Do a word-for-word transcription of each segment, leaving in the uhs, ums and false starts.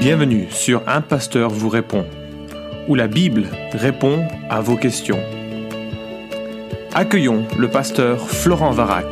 Bienvenue sur Un Pasteur vous répond, où la Bible répond à vos questions. Accueillons le pasteur Florent Varac.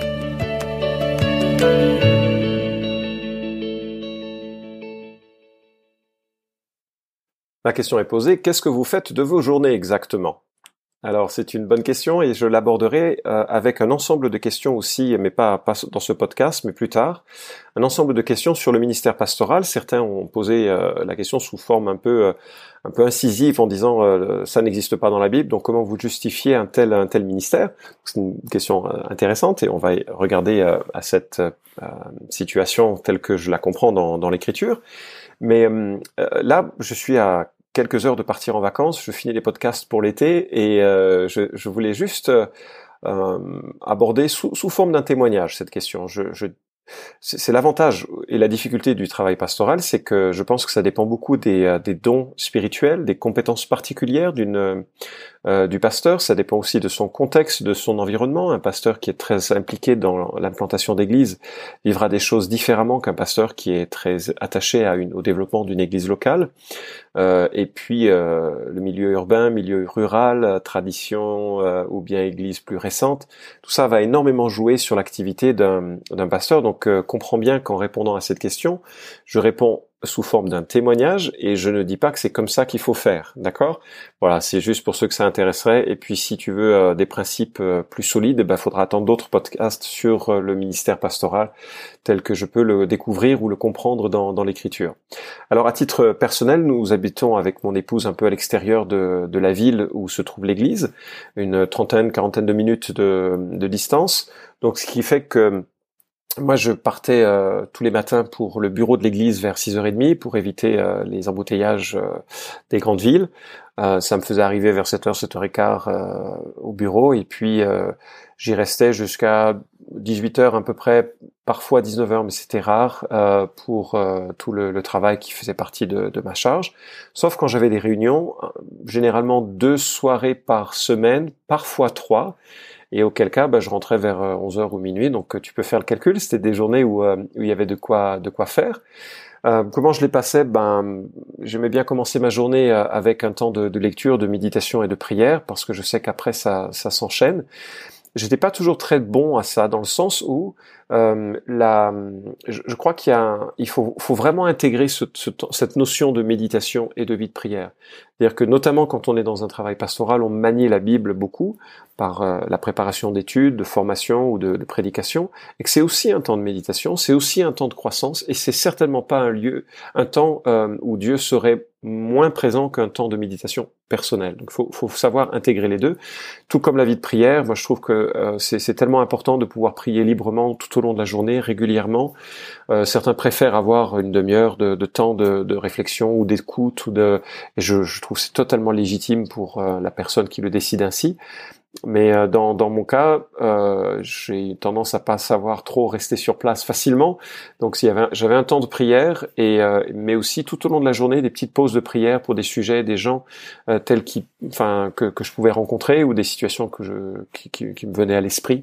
La question est posée, qu'est-ce que vous faites de vos journées exactement ? Alors c'est une bonne question et je l'aborderai euh, avec un ensemble de questions aussi, mais pas, pas dans ce podcast, mais plus tard. Un ensemble de questions sur le ministère pastoral. Certains ont posé euh, la question sous forme un peu, euh, un peu incisive en disant euh, ça n'existe pas dans la Bible, donc comment vous justifiez un tel, un tel ministère ? C'est une question euh, intéressante et on va regarder euh, à cette euh, situation telle que je la comprends dans, dans l'Écriture. Mais euh, là, je suis à quelques heures de partir en vacances, je finis les podcasts pour l'été et euh, je, je voulais juste euh, aborder sous, sous forme d'un témoignage cette question. Je, je, c'est, c'est l'avantage et la difficulté du travail pastoral, c'est que je pense que ça dépend beaucoup des, des dons spirituels, des compétences particulières d'une Euh, du pasteur, ça dépend aussi de son contexte, de son environnement. Un pasteur qui est très impliqué dans l'implantation d'église vivra des choses différemment qu'un pasteur qui est très attaché à une, au développement d'une église locale. Euh, et puis euh, le milieu urbain, milieu rural, tradition euh, ou bien église plus récente, tout ça va énormément jouer sur l'activité d'un, d'un pasteur. Donc euh, comprends bien qu'en répondant à cette question, je réponds sous forme d'un témoignage et je ne dis pas que c'est comme ça qu'il faut faire, d'accord ? Voilà, c'est juste pour ceux que ça intéresserait. Et puis si tu veux euh, des principes euh, plus solides, ben faudra attendre d'autres podcasts sur euh, le ministère pastoral tel que je peux le découvrir ou le comprendre dans, dans l'Écriture. Alors à titre personnel, nous habitons avec mon épouse un peu à l'extérieur de, de la ville où se trouve l'église, une trentaine, quarantaine de minutes de, de distance. Donc ce qui fait que moi, je partais euh, tous les matins pour le bureau de l'église vers six heures trente pour éviter euh, les embouteillages euh, des grandes villes. Euh, ça me faisait arriver vers sept heures, sept heures quinze euh, au bureau et puis euh, j'y restais jusqu'à dix-huit heures à peu près, parfois dix-neuf heures, mais c'était rare euh, pour euh, tout le, le travail qui faisait partie de, de ma charge. Sauf quand j'avais des réunions, généralement deux soirées par semaine, parfois trois. Et auquel cas, bah, je rentrais vers onze heures ou minuit, donc tu peux faire le calcul, c'était des journées où, euh, où il y avait de quoi, de quoi faire. Euh, comment je les passais ? Ben, j'aimais bien commencer ma journée avec un temps de, de lecture, de méditation et de prière, parce que je sais qu'après ça, ça s'enchaîne. J'étais pas toujours très bon à ça, dans le sens où euh, la, je, je crois qu'il y a, un, il faut, faut vraiment intégrer ce, ce, cette notion de méditation et de vie de prière. C'est-à-dire que notamment quand on est dans un travail pastoral, on manie la Bible beaucoup par euh, la préparation d'études, de formation ou de, de prédication, et que c'est aussi un temps de méditation, c'est aussi un temps de croissance, et c'est certainement pas un lieu, un temps euh, où Dieu serait moins présent qu'un temps de méditation personnelle. Donc, faut, faut savoir intégrer les deux. Tout comme la vie de prière, moi je trouve que euh, c'est, c'est tellement important de pouvoir prier librement tout au long de la journée, régulièrement. Euh, certains préfèrent avoir une demi-heure de, de temps de, de réflexion ou d'écoute, ou de. Et je, je trouve que c'est totalement légitime pour euh, la personne qui le décide ainsi. Mais euh, dans, dans mon cas, euh, j'ai tendance à pas savoir trop rester sur place facilement. Donc s'il y avait un, j'avais un temps de prière, et euh, mais aussi tout au long de la journée des petites pauses de prière pour des sujets, des gens euh, tels qui, enfin que, que je pouvais rencontrer ou des situations que je qui, qui, qui me venaient à l'esprit.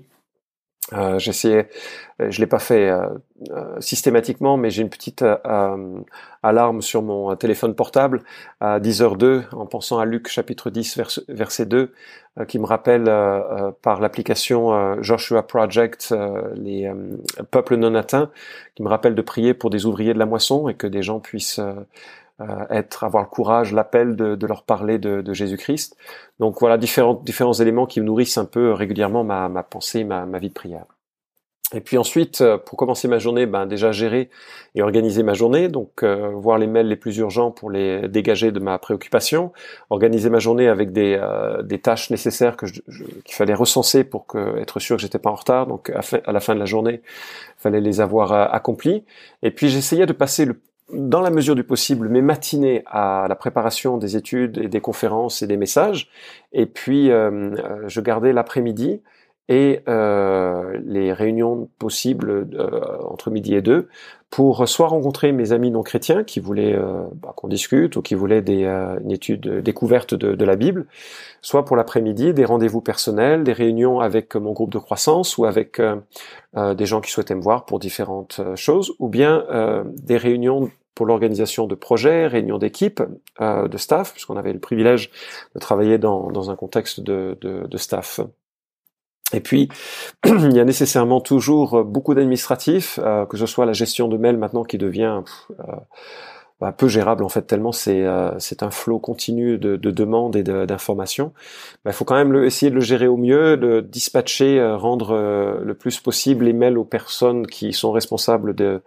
Euh, j'essayais, je l'ai pas fait euh, euh, systématiquement, mais j'ai une petite euh, euh, alarme sur mon téléphone portable à dix heures deux, en pensant à Luc chapitre dix vers, verset deux, euh, qui me rappelle euh, euh, par l'application euh, Joshua Project, euh, les euh, peuples non atteints, qui me rappelle de prier pour des ouvriers de la moisson et que des gens puissent euh, Euh, être, avoir le courage, l'appel de, de leur parler de, de Jésus-Christ. Donc voilà, différents, différents éléments qui me nourrissent un peu régulièrement ma, ma pensée, ma, ma vie de prière. Et puis ensuite, pour commencer ma journée, ben déjà gérer et organiser ma journée, donc euh, voir les mails les plus urgents pour les dégager de ma préoccupation, organiser ma journée avec des, euh, des tâches nécessaires que je, je, qu'il fallait recenser pour que, être sûr que j'étais pas en retard. Donc à, fin, à la fin de la journée, il fallait les avoir euh, accomplies. Et puis j'essayais de passer le dans la mesure du possible, mes matinées à la préparation des études et des conférences et des messages, et puis euh, euh, je gardais l'après-midi et euh, les réunions possibles euh, entre midi et deux pour soit rencontrer mes amis non chrétiens qui voulaient euh, bah, qu'on discute ou qui voulaient des, euh, une étude découverte de, de la Bible, soit pour l'après-midi des rendez-vous personnels, des réunions avec mon groupe de croissance ou avec euh, euh, des gens qui souhaitaient me voir pour différentes euh, choses, ou bien euh, des réunions pour l'organisation de projets, réunions d'équipe, euh, de staff, puisqu'on avait le privilège de travailler dans, dans un contexte de, de, de staff. Et puis, il y a nécessairement toujours beaucoup d'administratifs, euh, que ce soit la gestion de mails maintenant qui devient euh, bah, peu gérable en fait, tellement c'est euh, c'est un flot continu de, de demandes et de, d'informations. Il faut quand même le, essayer de le gérer au mieux, de dispatcher, euh, rendre euh, le plus possible les mails aux personnes qui sont responsables de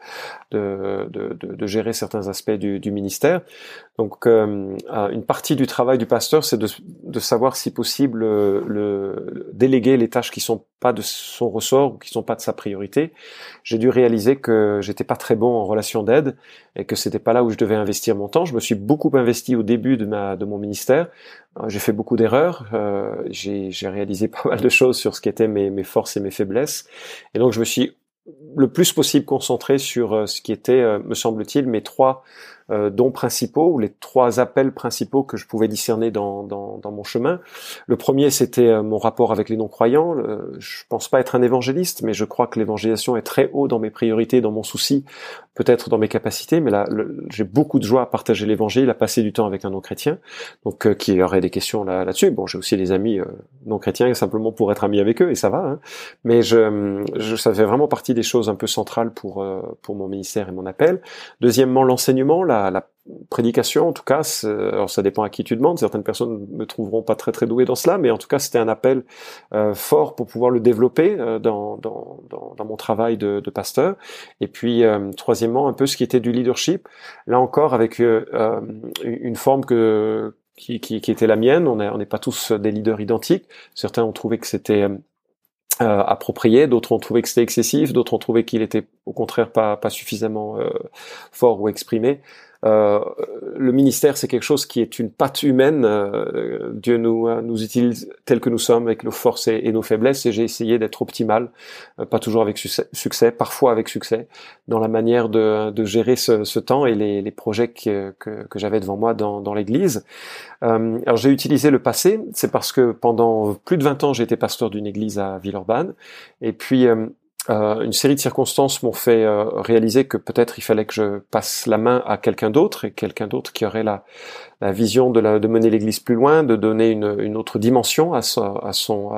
de, de, de, de gérer certains aspects du, du ministère. Donc, euh, une partie du travail du pasteur, c'est de, de savoir si possible le, le déléguer les tâches qui sont pas de son ressort ou qui sont pas de sa priorité. J'ai dû réaliser que j'étais pas très bon en relation d'aide et que c'était pas là où je devais investir mon temps. Je me suis beaucoup investi au début de ma de mon ministère. J'ai fait beaucoup d'erreurs. Euh, j'ai, j'ai réalisé pas mal de choses sur ce qui étaient mes, mes forces et mes faiblesses. Et donc, je me suis le plus possible concentré sur euh, ce qui était, euh, me semble-t-il, mes trois euh, dons principaux, ou les trois appels principaux que je pouvais discerner dans, dans, dans mon chemin. Le premier, c'était euh, mon rapport avec les non-croyants. Le, je pense pas être un évangéliste, mais je crois que l'évangélisation est très haut dans mes priorités, dans mon souci, peut-être dans mes capacités, mais là, le, j'ai beaucoup de joie à partager l'évangile, à passer du temps avec un non-chrétien, donc euh, qui aurait des questions là, là-dessus. Bon, j'ai aussi des amis euh, non-chrétiens, simplement pour être ami avec eux, et ça va, hein. Mais je, je, ça fait vraiment partie des choses un peu centrales pour, euh, pour mon ministère et mon appel. Deuxièmement, l'enseignement, la, la prédication, en tout cas, alors ça dépend à qui tu demandes, certaines personnes me trouveront pas très très doué dans cela, mais en tout cas c'était un appel euh, fort pour pouvoir le développer euh, dans, dans, dans, dans mon travail de, de pasteur. Et puis euh, troisièmement, un peu ce qui était du leadership, là encore avec euh, euh, une forme que qui, qui, qui était la mienne. On n'est on n'est pas tous des leaders identiques, certains ont trouvé que c'était Euh, approprié, d'autres ont trouvé que c'était excessif, d'autres ont trouvé qu'il était au contraire pas pas suffisamment euh, fort ou exprimé. Euh, le ministère, c'est quelque chose qui est une patte humaine. Euh, Dieu nous nous utilise tels que nous sommes, avec nos forces et, et nos faiblesses, et j'ai essayé d'être optimal, euh, pas toujours avec succès, succès, parfois avec succès, dans la manière de, de gérer ce, ce temps et les, les projets que, que, que j'avais devant moi dans, dans l'Église. Euh, alors j'ai utilisé le passé, c'est parce que pendant plus de vingt ans, j'ai été pasteur d'une église à Villeurbanne, et puis euh, Euh, une série de circonstances m'ont fait euh, réaliser que peut-être il fallait que je passe la main à quelqu'un d'autre, et quelqu'un d'autre qui aurait la, la vision de, la, de mener l'Église plus loin, de donner une, une autre dimension à son, à son,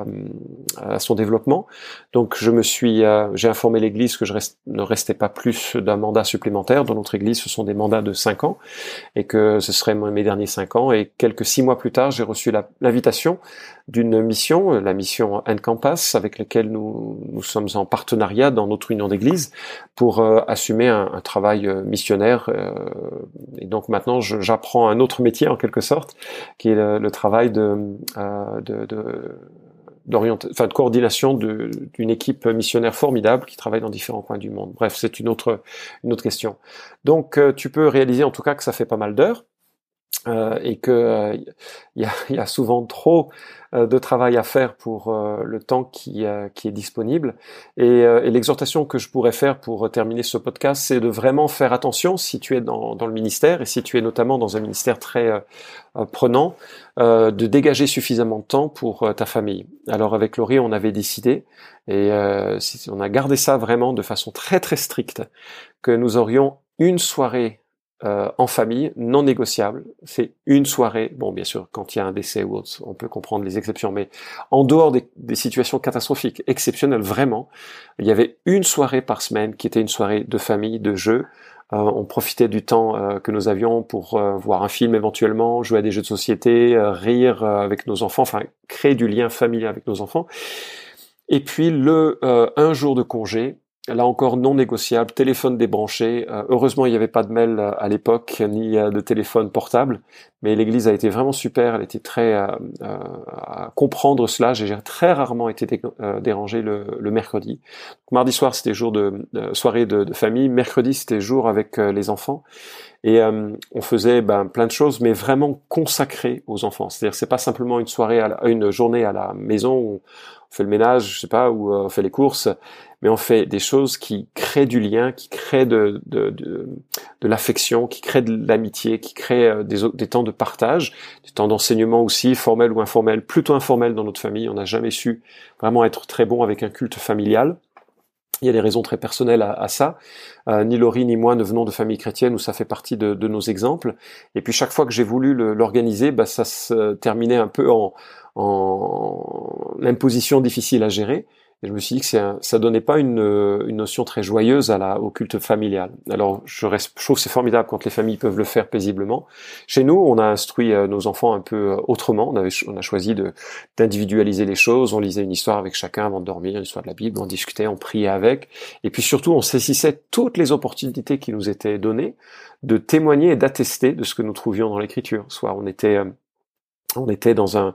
à son développement. Donc je me suis, euh, j'ai informé l'Église que je reste, ne restais pas plus d'un mandat supplémentaire. Dans notre Église, ce sont des mandats de cinq ans, et que ce seraient mes derniers cinq ans. Et quelques six mois plus tard, j'ai reçu la, l'invitation d'une mission, la mission N-Campus, avec laquelle nous, nous sommes en partenariat dans notre union d'église pour euh, assumer un, un travail euh, missionnaire. Euh, et donc maintenant, je, j'apprends un autre métier en quelque sorte, qui est le, le travail de, euh, de, de d'orientation, enfin de coordination de, d'une équipe missionnaire formidable qui travaille dans différents coins du monde. Bref, c'est une autre une autre question. Donc euh, tu peux réaliser en tout cas que ça fait pas mal d'heures. Euh, et que euh, y, a, y a souvent trop euh, de travail à faire pour euh, le temps qui, euh, qui est disponible. Et, euh, et l'exhortation que je pourrais faire pour terminer ce podcast, c'est de vraiment faire attention si tu es dans, dans le ministère, et si tu es notamment dans un ministère très euh, prenant, euh, de dégager suffisamment de temps pour euh, ta famille. Alors avec Laurie, on avait décidé, et euh, on a gardé ça vraiment de façon très très stricte, que nous aurions une soirée Euh, en famille, non négociable. C'est une soirée. Bon, bien sûr, quand il y a un décès ou autre, on peut comprendre les exceptions, mais en dehors des, des situations catastrophiques, exceptionnelles vraiment, il y avait une soirée par semaine qui était une soirée de famille, de jeu. Euh, on profitait du temps euh, que nous avions pour euh, voir un film éventuellement, jouer à des jeux de société, euh, rire euh, avec nos enfants, enfin créer du lien familial avec nos enfants. Et puis le euh, un jour de congé, là encore non négociable, téléphone débranché. Euh, heureusement, il n'y avait pas de mail euh, à l'époque, ni euh, de téléphone portable, mais l'Église a été vraiment super, elle était très euh, euh, à comprendre cela. J'ai très rarement été dé- euh, dérangé le, le mercredi. Donc, mardi soir, c'était jour de, de soirée de, de famille. Mercredi, c'était jour avec euh, les enfants. Et euh, on faisait ben, plein de choses, mais vraiment consacrées aux enfants. C'est-à-dire, c'est pas simplement une soirée, à la, une journée à la maison où on fait le ménage, je sais pas, où euh, on fait les courses, mais on fait des choses qui créent du lien, qui créent de, de, de, de l'affection, qui créent de l'amitié, qui créent des, des temps de partage, des temps d'enseignement aussi, formels ou informels, plutôt informels dans notre famille. On n'a jamais su vraiment être très bon avec un culte familial. Il y a des raisons très personnelles à, à ça. Euh, ni Laurie ni moi ne venons de familles chrétiennes où ça fait partie de, de nos exemples. Et puis chaque fois que j'ai voulu le, l'organiser, bah, ça se terminait un peu en, en imposition difficile à gérer. Et je me suis dit que c'est un, ça donnait pas une, une notion très joyeuse à la, au culte familial. Alors, je, reste, je trouve que c'est formidable quand les familles peuvent le faire paisiblement. Chez nous, on a instruit nos enfants un peu autrement. On, avait, on a choisi de, d'individualiser les choses. On lisait une histoire avec chacun avant de dormir, une histoire de la Bible. On discutait, on priait avec. Et puis surtout, on saisissait toutes les opportunités qui nous étaient données de témoigner et d'attester de ce que nous trouvions dans l'Écriture. Soit on était... On était dans un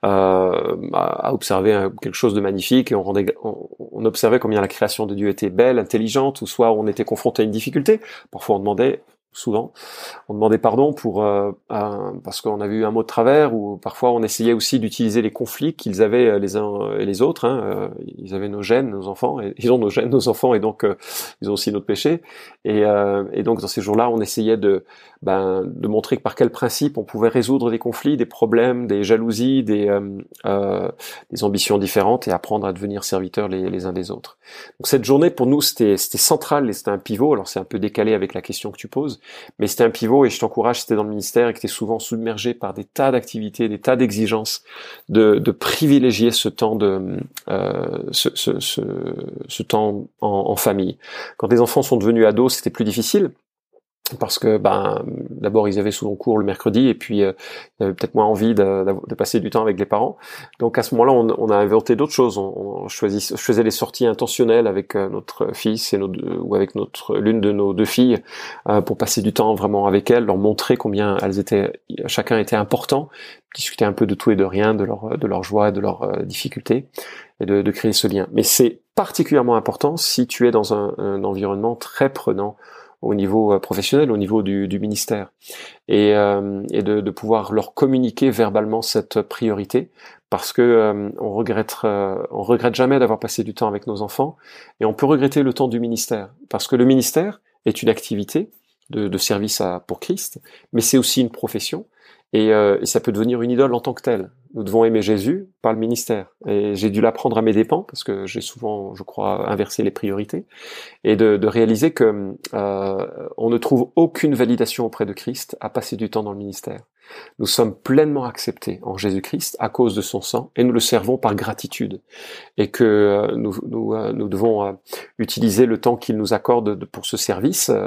euh, à observer un, quelque chose de magnifique et on, rendait, on, on observait combien la création de Dieu était belle, intelligente, ou soit on était confronté à une difficulté. Parfois on demandait, souvent, on demandait pardon pour euh, un, parce qu'on avait eu un mot de travers, ou parfois on essayait aussi d'utiliser les conflits qu'ils avaient les uns et les autres. Hein. Ils avaient nos gènes, nos enfants, et ils ont nos gènes, nos enfants, et donc euh, ils ont aussi notre péché. Et, euh, et donc dans ces jours-là, on essayait de Ben, de montrer que par quel principe on pouvait résoudre des conflits, des problèmes, des jalousies, des, euh, euh, des ambitions différentes et apprendre à devenir serviteurs les, les uns des autres. Donc cette journée pour nous c'était, c'était central et c'était un pivot. Alors c'est un peu décalé avec la question que tu poses, mais c'était un pivot et je t'encourage, si t'es dans le ministère et que t'es souvent submergé par des tas d'activités, des tas d'exigences, de, de privilégier ce temps de euh, ce, ce, ce, ce temps en, en famille. Quand les enfants sont devenus ados, c'était plus difficile. Parce que ben d'abord ils avaient souvent cours le mercredi et puis euh, ils avaient peut-être moins envie de, de passer du temps avec les parents. Donc à ce moment-là, on, on a inventé d'autres choses. On, on choisit, je faisais des sorties intentionnelles avec euh, notre fils et nos deux, ou avec notre l'une de nos deux filles euh, pour passer du temps vraiment avec elles, leur montrer combien elles étaient, chacun était important, discuter un peu de tout et de rien, de leur de leur joie, de leurs euh, difficultés et de, de créer ce lien. Mais c'est particulièrement important si tu es dans un, un environnement très prenant au niveau professionnel, au niveau du, du ministère, et, euh, et de, de pouvoir leur communiquer verbalement cette priorité, parce que euh, on regrette, euh, on regrette jamais d'avoir passé du temps avec nos enfants, et on peut regretter le temps du ministère, parce que le ministère est une activité de, de service à, pour Christ, mais c'est aussi une profession, et, euh, et ça peut devenir une idole en tant que telle. Nous devons aimer Jésus, pas le ministère. Et j'ai dû l'apprendre à mes dépens, parce que j'ai souvent, je crois, inversé les priorités, et de, de réaliser que euh, on ne trouve aucune validation auprès de Christ à passer du temps dans le ministère. Nous sommes pleinement acceptés en Jésus-Christ à cause de son sang, et nous le servons par gratitude. Et que euh, nous, nous, euh, nous devons euh, utiliser le temps qu'il nous accorde de, pour ce service euh,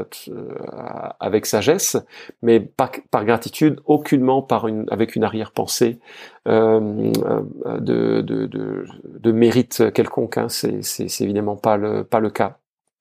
avec sagesse, mais pas par gratitude, aucunement par une, avec une arrière-pensée euh, de, de, de, de mérite quelconque. Hein. C'est, c'est, c'est évidemment pas le, pas le cas.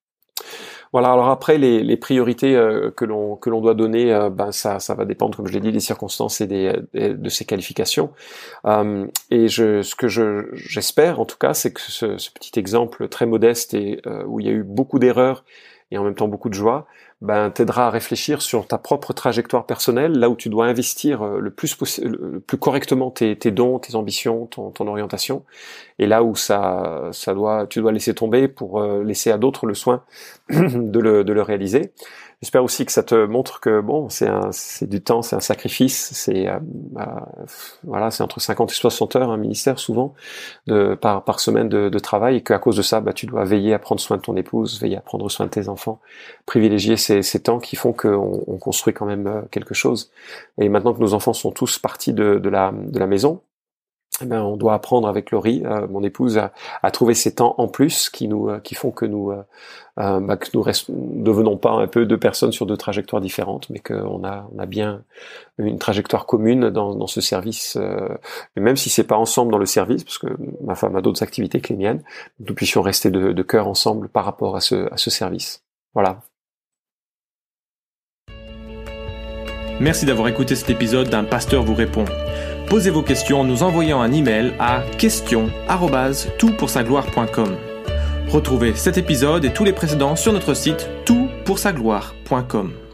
Voilà. Alors après, les, les priorités euh, que l'on que l'on doit donner, euh, ben ça ça va dépendre, comme je l'ai dit, des circonstances et des, des de ses qualifications. Euh, et je ce que je j'espère en tout cas, c'est que ce, ce petit exemple très modeste et euh, où il y a eu beaucoup d'erreurs et en même temps beaucoup de joie, ben t'aidera à réfléchir sur ta propre trajectoire personnelle, là où tu dois investir le plus possible, le plus correctement tes, tes dons, tes ambitions, ton, ton orientation, et là où ça, ça doit, tu dois laisser tomber pour laisser à d'autres le soin de le, de le réaliser. J'espère aussi que ça te montre que bon, c'est un, c'est du temps, c'est un sacrifice, c'est euh, euh, voilà, c'est entre cinquante et soixante heures un ministère souvent de par par semaine de, de travail, et qu'à cause de ça, bah tu dois veiller à prendre soin de ton épouse, veiller à prendre soin de tes enfants, privilégier ces, ces temps qui font qu'on on construit quand même quelque chose. Et maintenant que nos enfants sont tous partis de, de la de la maison, eh ben, on doit apprendre avec Laurie, euh, mon épouse, à, à trouver ces temps en plus qui nous, euh, qui font que nous, euh, euh, bah, que nous rest... devenons pas un peu deux personnes sur deux trajectoires différentes, mais qu'on a, on a bien une trajectoire commune dans, dans ce service. Euh, et même si c'est pas ensemble dans le service, parce que ma femme a d'autres activités que les miennes, nous puissions rester de, de cœur ensemble par rapport à ce, à ce service. Voilà. Merci d'avoir écouté cet épisode d'Un pasteur vous répond. Posez vos questions en nous envoyant un email à questions arobase tout pour sa gloire point com. Retrouvez cet épisode et tous les précédents sur notre site tout pour sa gloire point com.